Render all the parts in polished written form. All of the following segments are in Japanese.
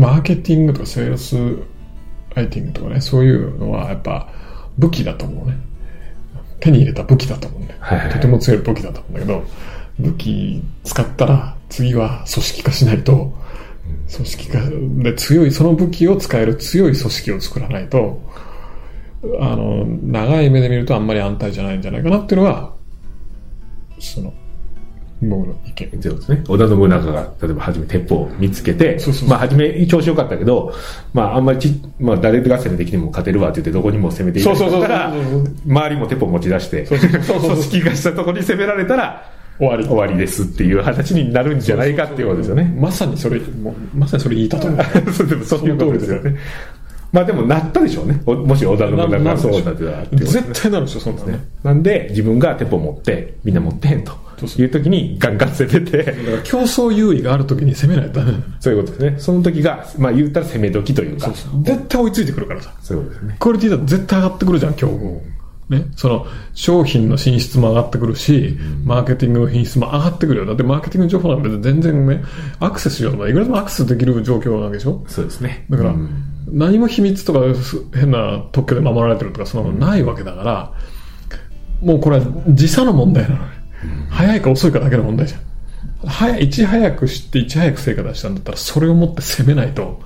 マーケティングとかセールスライティングとかね、そういうのはやっぱ武器だと思うね。手に入れた武器だと思うんだよ、はいはいはい、とても強い武器だと思うんだけど、武器使ったら次は組織化しないと、組織化で強い、その武器を使える強い組織を作らないと、長い目で見るとあんまり安泰じゃないんじゃないかなっていうのがその僕の意見。 そうですね。織田信長が例えば初め鉄砲を見つけて、初め調子良かったけど、あんまり誰が攻めてきても勝てるわって言ってどこにも攻めていかないから、周りも鉄砲持ち出して、組織化したところに攻められたら終わりですっていう話になるんじゃないかっていうことですよね。 まさにそれ言いたと思う。 そういうことですよね。でもなったでしょうね。もし織田信長がそうだって、 絶対なるでしょ、そんなね。 なんで自分が鉄砲持ってみんな持ってへんという時にガンガン攻めて、だから競争優位がある時に攻めないとダメ。 そういうことですね。その時が言ったら攻め時というか、 絶対追いついてくるからさ。 そういうことですね。 クオリティだと絶対上がってくるじゃん、競合。ね、その商品の進出も上がってくるし、マーケティングの品質も上がってくるよ。だってマーケティング情報なんて全然ね、アクセスしようといくらでもアクセスできる状況なわけでしょ。 そうですね。 だから、何も秘密とか変な特許で守られてるとかそんなのないわけだから、もうこれは時差の問題なのね。早いか遅いかだけの問題じゃん。いち早く知っていち早く成果出したんだったらそれを持って攻めないと。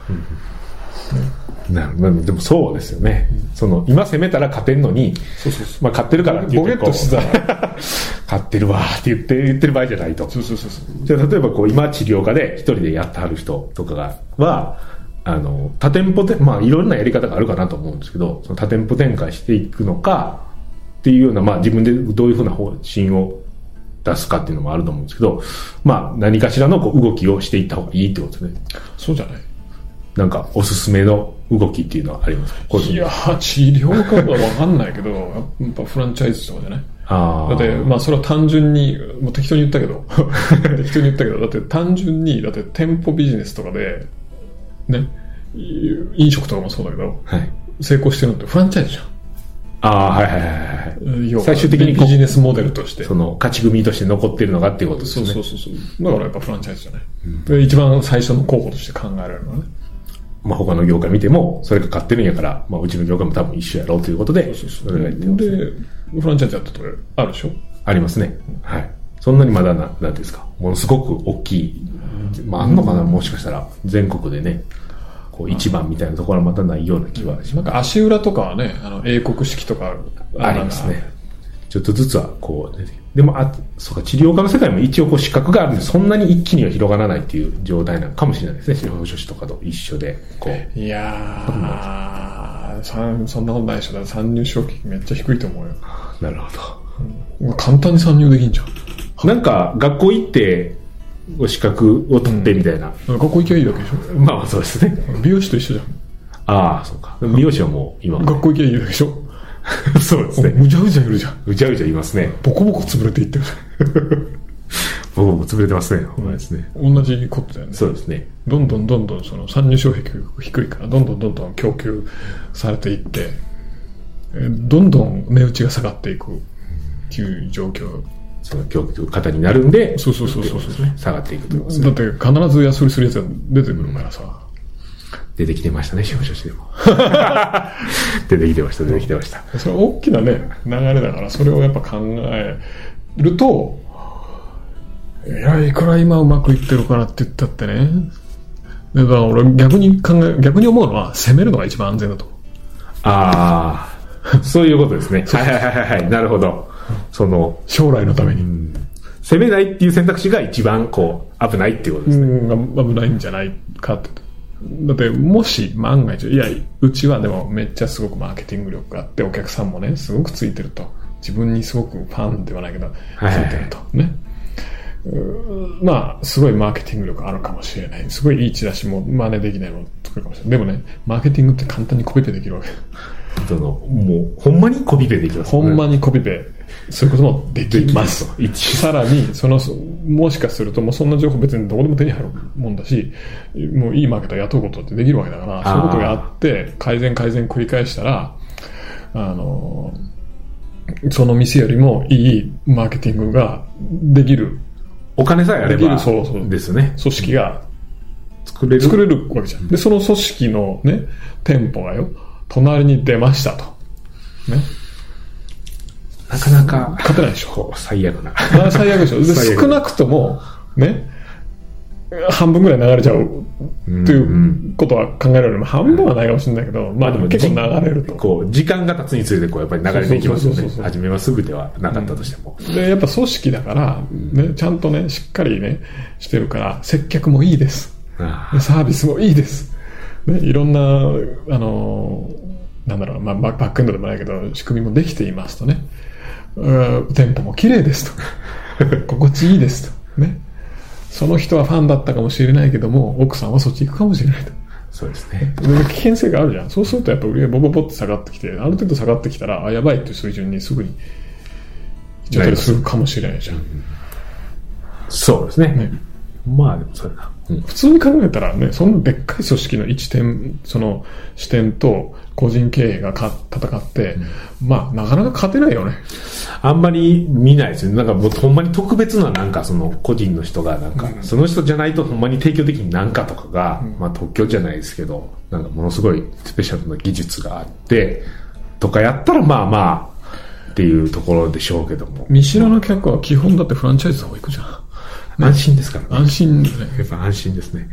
でもそうですよね。今攻めたら勝てんのに、勝ってるからって言ってボケっとしてたら勝ってるわって言ってる場合じゃないと。じゃあ例えば今治療科で一人でやってはる人とかは多店舗でいろんなやり方があるかなと思うんですけど、その多店舗展開していくのかっていうような自分でどういうふうな方針を出すかっていうのもあると思うんですけど、何かしらの動きをしていった方がいいってことですね。そうじゃない。なんかおすすめの動きっていうのはありますか？ いや治療科は分かんないけどやっぱフランチャイズとかじゃない。だってそれは単純にもう適当に言ったけどだって単純にだって店舗ビジネスとかでね、飲食とかもそうだけど、はい、成功してるのってフランチャイズじゃん。最終的にビジネスモデルとしてその勝ち組として残ってるのがっていうことですね。 そうだからやっぱフランチャイズじゃない、で一番最初の候補として考えられるのはね、 他の業界見てもそれが買ってるんやから、うちの業界も多分一緒やろうということで、 でフランチャイズやったところあるでしょ。 ありますね、はい。そんなにまだなんていうんですか、ものすごく大きい、あんのかな、もしかしたら全国でね一番みたいなところはまたないような気はします。 なんか足裏とかはね、英国式とかありますね。ちょっとずつはでもそうか、治療科の世界も一応資格があるんで、そんなに一気には広がらないっていう状態なのかもしれないですね。司法書士とかと一緒でいやー、そんなことないでしょ。だから参入障壁めっちゃ低いと思うよ。 なるほど、簡単に参入できんじゃん。 なんか学校行って資格を取ってみたいな、 学校行けばいいだけでしょ。 そうですね。 美容師と一緒じゃん。 そうか。美容師はもう今学校行けばいいだけでしょ。 そうですね。 うじゃうじゃいるじゃん。 うじゃうじゃいますね。 ボコボコ潰れていってるじゃん。 ボコボコ潰れてますね。ほんまですね。 同じことだよね。 そうですね。 どんどんその参入障壁が低いからどんどん供給されていって、どんどん値打ちが下がっていくっていう状況。 その供給型になるんで、 そう下がっていくということですね。だって必ず安売りするやつが出てくるからさ。 出てきてましたね、司法書士でも。出てきてました。 それは大きなね、流れだから、それをやっぱ考えると、いくら今うまくいってるからって言ったってね。だから俺逆に思うのは、攻めるのが一番安全だと思う。そういうことですね。はい、なるほど。 将来のために。 攻めないっていう選択肢が一番危ないっていうことですね。 危ないんじゃないかって。だってもし万が一、うちはでもめっちゃすごくマーケティング力があってお客さんもねすごくついてると、自分にすごくファンではないけどついてるとね、すごいマーケティング力あるかもしれない、すごいいいチラシも真似できないの作るかもしれない。でもね、マーケティングって簡単にコピペできるわけ。 もうほんまにコピペできます、 ね、ほんまにコピペすることもできます。さらにもしかするともうそんな情報別にどこでも手に入るもんだし、もういいマーケター雇うことってできるわけだから、そういうことがあって改善繰り返したらその店よりもいいマーケティングができる、 お金さえあればそうですね、 組織が作れるわけじゃん。で、その組織のね、店舗がよ、隣に出ましたと。ね。 なかなか。 勝てないでしょ。 最悪な。 最悪でしょ。で、少なくとも、ね、半分ぐらい流れちゃうっていうことは考えられる。半分はないかもしれないけど、まあでも結構流れると。 こう、時間が経つにつれてこう、やっぱり流れていきますよね。初めはすぐではなかったとしても。 で、やっぱ組織だから、ね、ちゃんとね、しっかりね、してるから、接客もいいです。サービスもいいです。ね、いろんな、なんだろう、まあ、バックエンドでもないけど、仕組みもできていますとね。店舗も綺麗ですと。心地いいですと。ね。その人はファンだったかもしれないけども、奥さんはそっち行くかもしれないと。 そうですね。 危険性があるじゃん。そうするとやっぱ売り上げボボボって下がってきて、ある程度下がってきたら、やばいっていう水準にすぐに行っちゃったりするかもしれないじゃん。 そうですね。まあでもそれだ。 普通に考えたらね、そのでっかい組織の一点、その視点と個人経営が戦って、まあなかなか勝てないよね。 あんまり見ないですよね。なんかもうほんまに特別ななんかその個人の人がなんか、その人じゃないとほんまに提供的になんかとかが、まあ特許じゃないですけど、なんかものすごいスペシャルな技術があって、とかやったらまあまあっていうところでしょうけども。 見知らぬ客は基本だってフランチャイズの方行くじゃん。 安心ですからね。 安心ですね。 やっぱ安心ですね。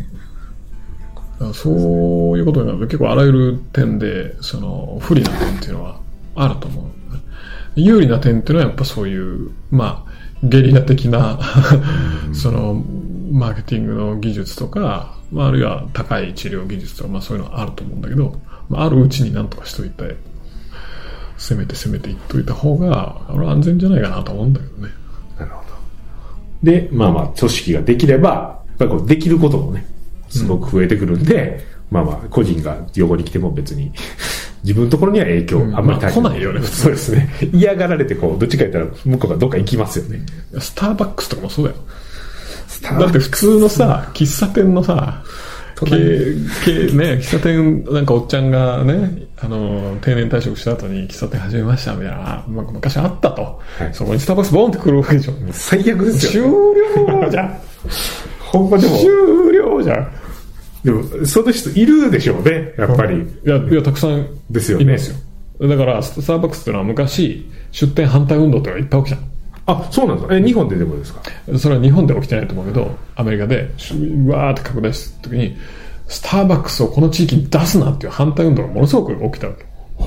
そういうことになると結構あらゆる点でその不利な点っていうのはあると思う。有利な点っていうのはやっぱそういうまあゲリラ的なそのマーケティングの技術とか、まあ、あるいは高い治療技術とか、まあ、そういうのはあると思うんだけど、まあ、あるうちに何とかしといて攻めていっといた方が俺は安全じゃないかなと思うんだけどね。 なるほど。で、まあまあ組織ができればやっぱりこうできることもねすごく増えてくるんで、まあまあ個人が横に来ても別に自分のところには影響あんまり来ないよね。 そうですね。嫌がられてこうどっちか言ったら向こうがどっか行きますよね。 スターバックスとかもそうだよ。だって普通のさ喫茶店のさ喫茶店なんかおっちゃんがね定年退職した後に喫茶店始めましたみたいな、まあ、昔あったと、はい、そこにスターバックスボンって来るわけでしょ。 最悪ですよ、 終了じゃん。 ほんまでも終了じゃん。 でもそういう人いるでしょうねやっぱり。 いやたくさんですよね。 いますよ。だからスターバックスっていうのは昔出店反対運動とかいっぱい起きた。 あ、そうなんですか。日本ででもですか。 それは日本で起きてないと思うけど、アメリカでわーって拡大した時にスターバックスをこの地域に出すなっていう反対運動がものすごく起きたわけ。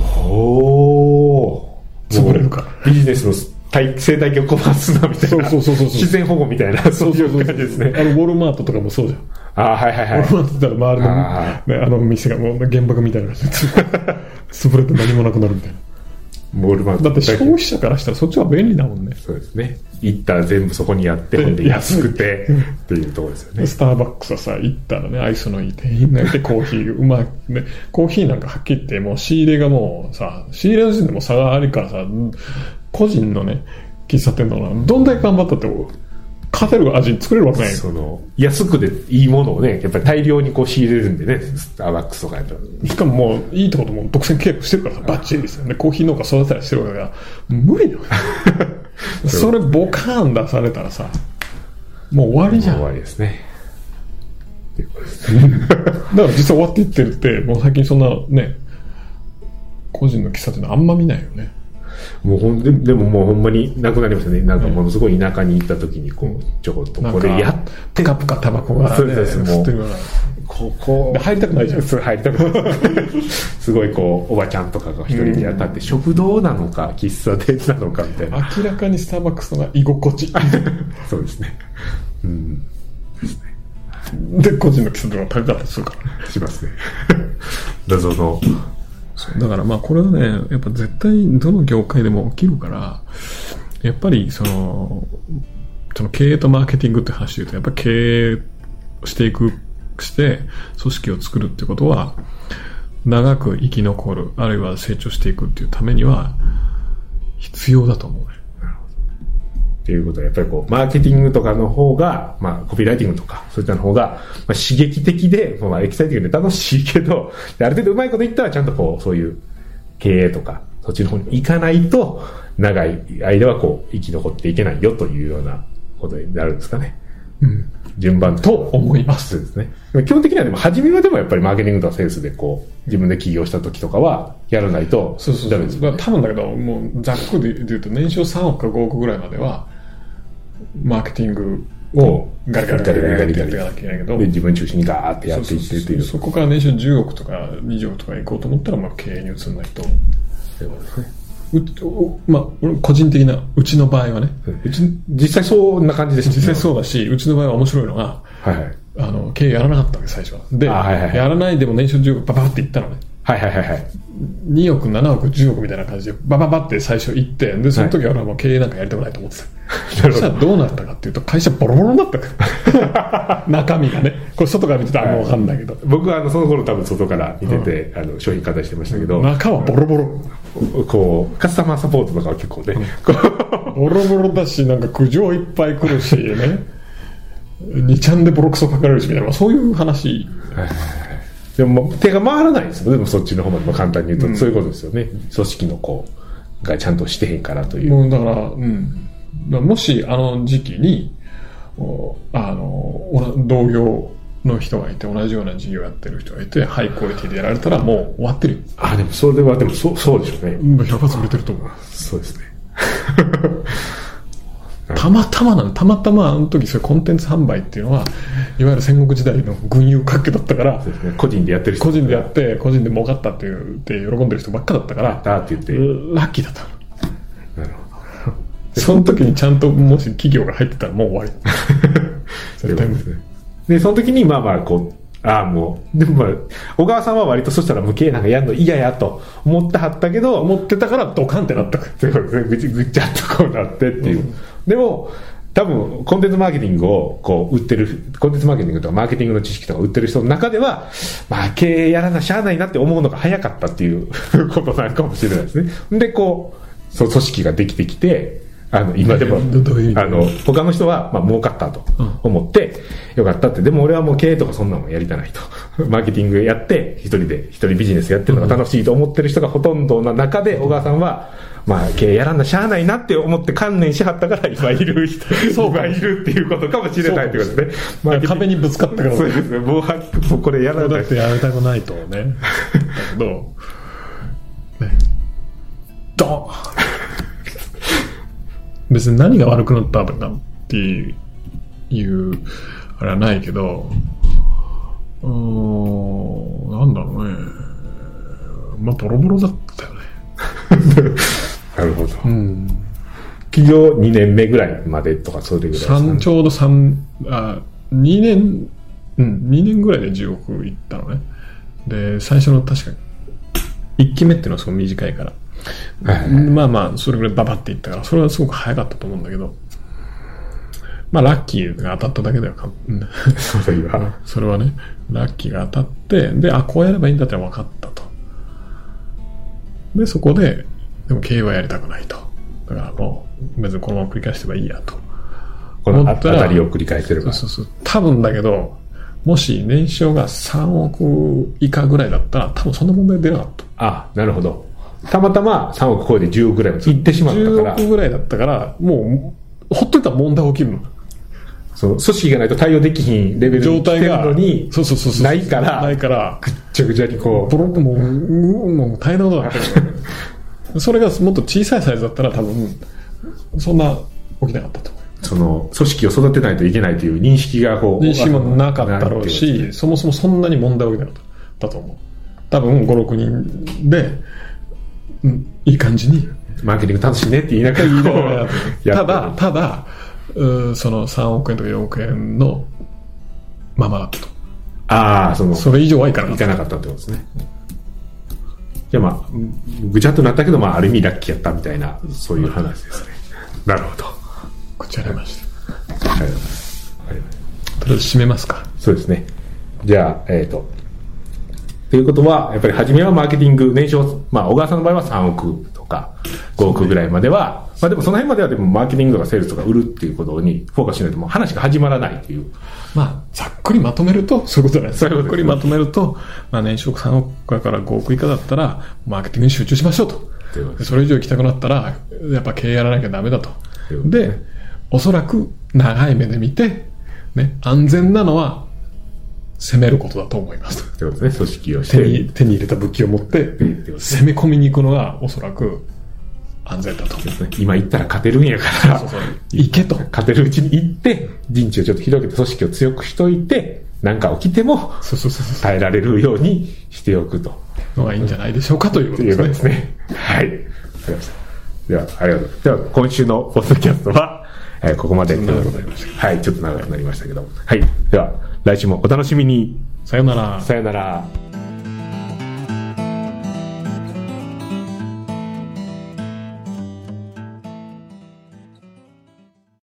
ほー。 潰れるから。 ビジネスの生態系を壊すなみたいな。 そう自然保護みたいな。そういう感じですね。 ウォルマートとかもそうじゃん。 はいはいはい。 ウォルマートって言ったら周りの、ね、店がもう原爆みたいな感じで潰れて何もなくなるみたいな。 ウォルマートだって消費者からしたらそっちは便利だもんね。 そうですね。行ったら全部そこにやって、ほんで安くてっていうところですよね。 スターバックスはさ、行ったらね、愛想のいい店員がいてコーヒーうまい、ね、コーヒーなんかはっきり言ってもう仕入れがもうさ、仕入れの時点でも差があるからさ、個人のね、喫茶店のどんだけ頑張ったって勝てる味作れるわけないよ。 安くでいいものをね、やっぱり大量にこう仕入れるんでね、スターバックスとかやったら。 しかももういいとことも独占契約してるからさ、バッチリですよね。コーヒー農家育てたりしてるわけだから、無理だよ。それボカーン出されたらさ、もう終わりじゃん。 終わりですね。 だから実は終わっていってるって、もう最近そんなね、個人の喫茶店あんま見ないよね。 もうでももうほんまになくなりましたね。なんかものすごい田舎に行った時にこうちょこっとこれやってプカプカタバコがね、 もうここ入りたくないじゃん。 入りたくない。すごいこうおばちゃんとかが一人で当たって食堂なのか喫茶店なのかみたいな。 明らかにスターバックスのが居心地。 そうですね。ですね。で個人の喫茶店は高かったりするから。 しますね。謎の。 だからまあこれはねやっぱ絶対どの業界でも起きるからやっぱりその経営とマーケティングって話で言うとやっぱり経営して組織を作るってことは長く生き残るあるいは成長していくっていうためには必要だと思うね。 っていうことはやっぱりこうマーケティングとかの方がまあコピーライティングとかそういったの方がまあ刺激的でまあエキサイティングで楽しいけどある程度うまいこと言ったらちゃんとこうそういう経営とかそっちの方に行かないと長い間はこう生き残っていけないよというようなことになるんですかね。 順番と思います。 そうですね。基本的にはでも、初めはでもやっぱりマーケティングとかセールスでこう、自分で起業した時とかは、やらないとダメですよね。 多分だけど、もうざっくりで言うと、年商3億か5億ぐらいまでは、マーケティングをガリガリやっていかなきゃいけないけど、 で、自分中心にガーってやっていってっていう。 そこから年商10億とか20億とか行こうと思ったら、まあ経営に移んないと。 そうですね。 まあ、個人的な、うちの場合はね。 実際そんな感じですね。 実際そうだし、うちの場合は面白いのが、 はいはい。 経営やらなかったわけ、最初は。で、やらないでも年商10億ババっていったのね。 はいはいはいはい。 2億、7億、10億みたいな感じで、バババって最初行って、で、その時は俺はもう経営なんかやりたくないと思ってた。そしたらどうなったかっていうと、会社ボロボロになったから。中身がね。これ外から見てたらもうわかんないけど。 僕はその頃多分外から見てて、商品開発してましたけど。 中はボロボロ。 こう、カスタマーサポートとかは結構ね。 ボロボロだし、なんか苦情いっぱい来るしね。2ちゃんでボロクソ書かれるしみたいな、そういう話。 でも手が回らないですよ。でもそっちの方まで簡単に言うと、そういうことですよね。組織のこうがちゃんとしてへんからという。 もうだから、もしあの時期に同業の人がいて、同じような事業やってる人がいて、ハイクオリティでやられたらもう終わってるよ。 でもそれはでもそうでしょうね。 100発売れてると思う。 そうですね。 たまたまあの時そういうコンテンツ販売っていうのは、いわゆる戦国時代の群雄割拠だったから、 そうですね、個人でやってる人、 個人でやって個人で儲かったって言って喜んでる人ばっかだったから、 って言ってラッキーだった。なるほど。その時にちゃんともし企業が入ってたらもう終わり。絶対無理。 でその時にまあこう。もうでも小川さんは割とそしたら無経なんかやるの嫌やと思ってはったけど、 思ってたからドカンってなったということでぐちゃっとこうなってっていう、でも多分コンテンツマーケティングをこう売ってる、コンテンツマーケティングとかマーケティングの知識とか売ってる人の中では、まあ経営やらなしゃあないなって思うのが早かったっていうことなのかもしれないですね。でこう組織ができてきて、今でも他の人はまあ儲かったと思ってよかったって、でも俺はもう経営とかそんなのやりたないと、マーケティングやって一人ビジネスやってるのが楽しいと思ってる人がほとんどな中で、小川さんはまあ経営やらんなしゃあないなって思って観念しはったから今いる人がいるっていうことかもしれないってことですね。 壁にぶつかったから。 そうですね。もうこれやらない。 だってやりたくないとね。だけどね、ドン。別に何が悪くなったかっていうあれはないけど、なんだろうね、まあボロボロだったよね。 なるほど。起業2年目ぐらいまでとかそれぐらいですかね。 ちょうど2年ぐらいで10億いったのね。で最初の確か1期目っていうのはすごい短いから。まあまあそれぐらいババっていったから、それはすごく早かったと思うんだけど、まあラッキーが当たっただけだよ。それはね、ラッキーが当たって、でこうやればいいんだって分かったと。でそこででも経営はやりたくないと。だからもう別にこのまま繰り返してばいいやと。 この当たりを繰り返せれば。 そう多分だけど、もし年商が3億以下ぐらいだったら多分そんな問題出なかった。 なるほど。たまたま3億超えて10億ぐらいまで行ってしまったから。 10億ぐらいだったから、もう、ほっといたら問題起きるの。 組織がないと対応できひんレベルに来てるのに、ないから、ぐっちゃぐちゃにこう。 もう大変なことだ。それがもっと小さいサイズだったら多分、そんな起きなかったと思う。 その、組織を育てないといけないという認識が認識もなかったろうし、そもそもそんなに問題起きなかったと思う。多分5、6人で、いい感じにマーケティング楽しいねって言いながらただその3億円とか4億円のままだったと。それ以上はいかなかったってことですね。じゃあまあぐちゃっとなったけど、まあある意味ラッキーやったみたいな、そういう話ですね。なるほど。 こちられました。とりあえず締めますか。 そうですね。じゃあということは、やっぱり初めはマーケティング、年商、まあ、小川さんの場合は3億とか5億ぐらいまでは、まあでもその辺まではでもマーケティングとかセールスとか売るっていうことにフォーカスしないともう話が始まらないっていう。 まあ、ざっくりまとめると、そういうことです。ざっくりまとめると、まあ年商3億から5億以下だったら、マーケティングに集中しましょうと。それ以上行きたくなったら、やっぱ経営やらなきゃダメだと。で、おそらく長い目で見て、 ね、安全なのは攻めることだと思いますということですね。組織をして手に入れた武器を持って攻め込みに行くのがおそらく安全だと。 今行ったら勝てるんやから行けと。 勝てるうちに行って陣地をちょっと広げて組織を強くしといて、何か起きても耐えられるようにしておくとのがいいんじゃないでしょうかということですね。 はい。わかりました。では、ありがとうございます。では、今週のポッドキャストは、ここまでということで。はい、ちょっと長くなりましたけど。はい。では、来週もお楽しみに。 さよなら。 さよなら。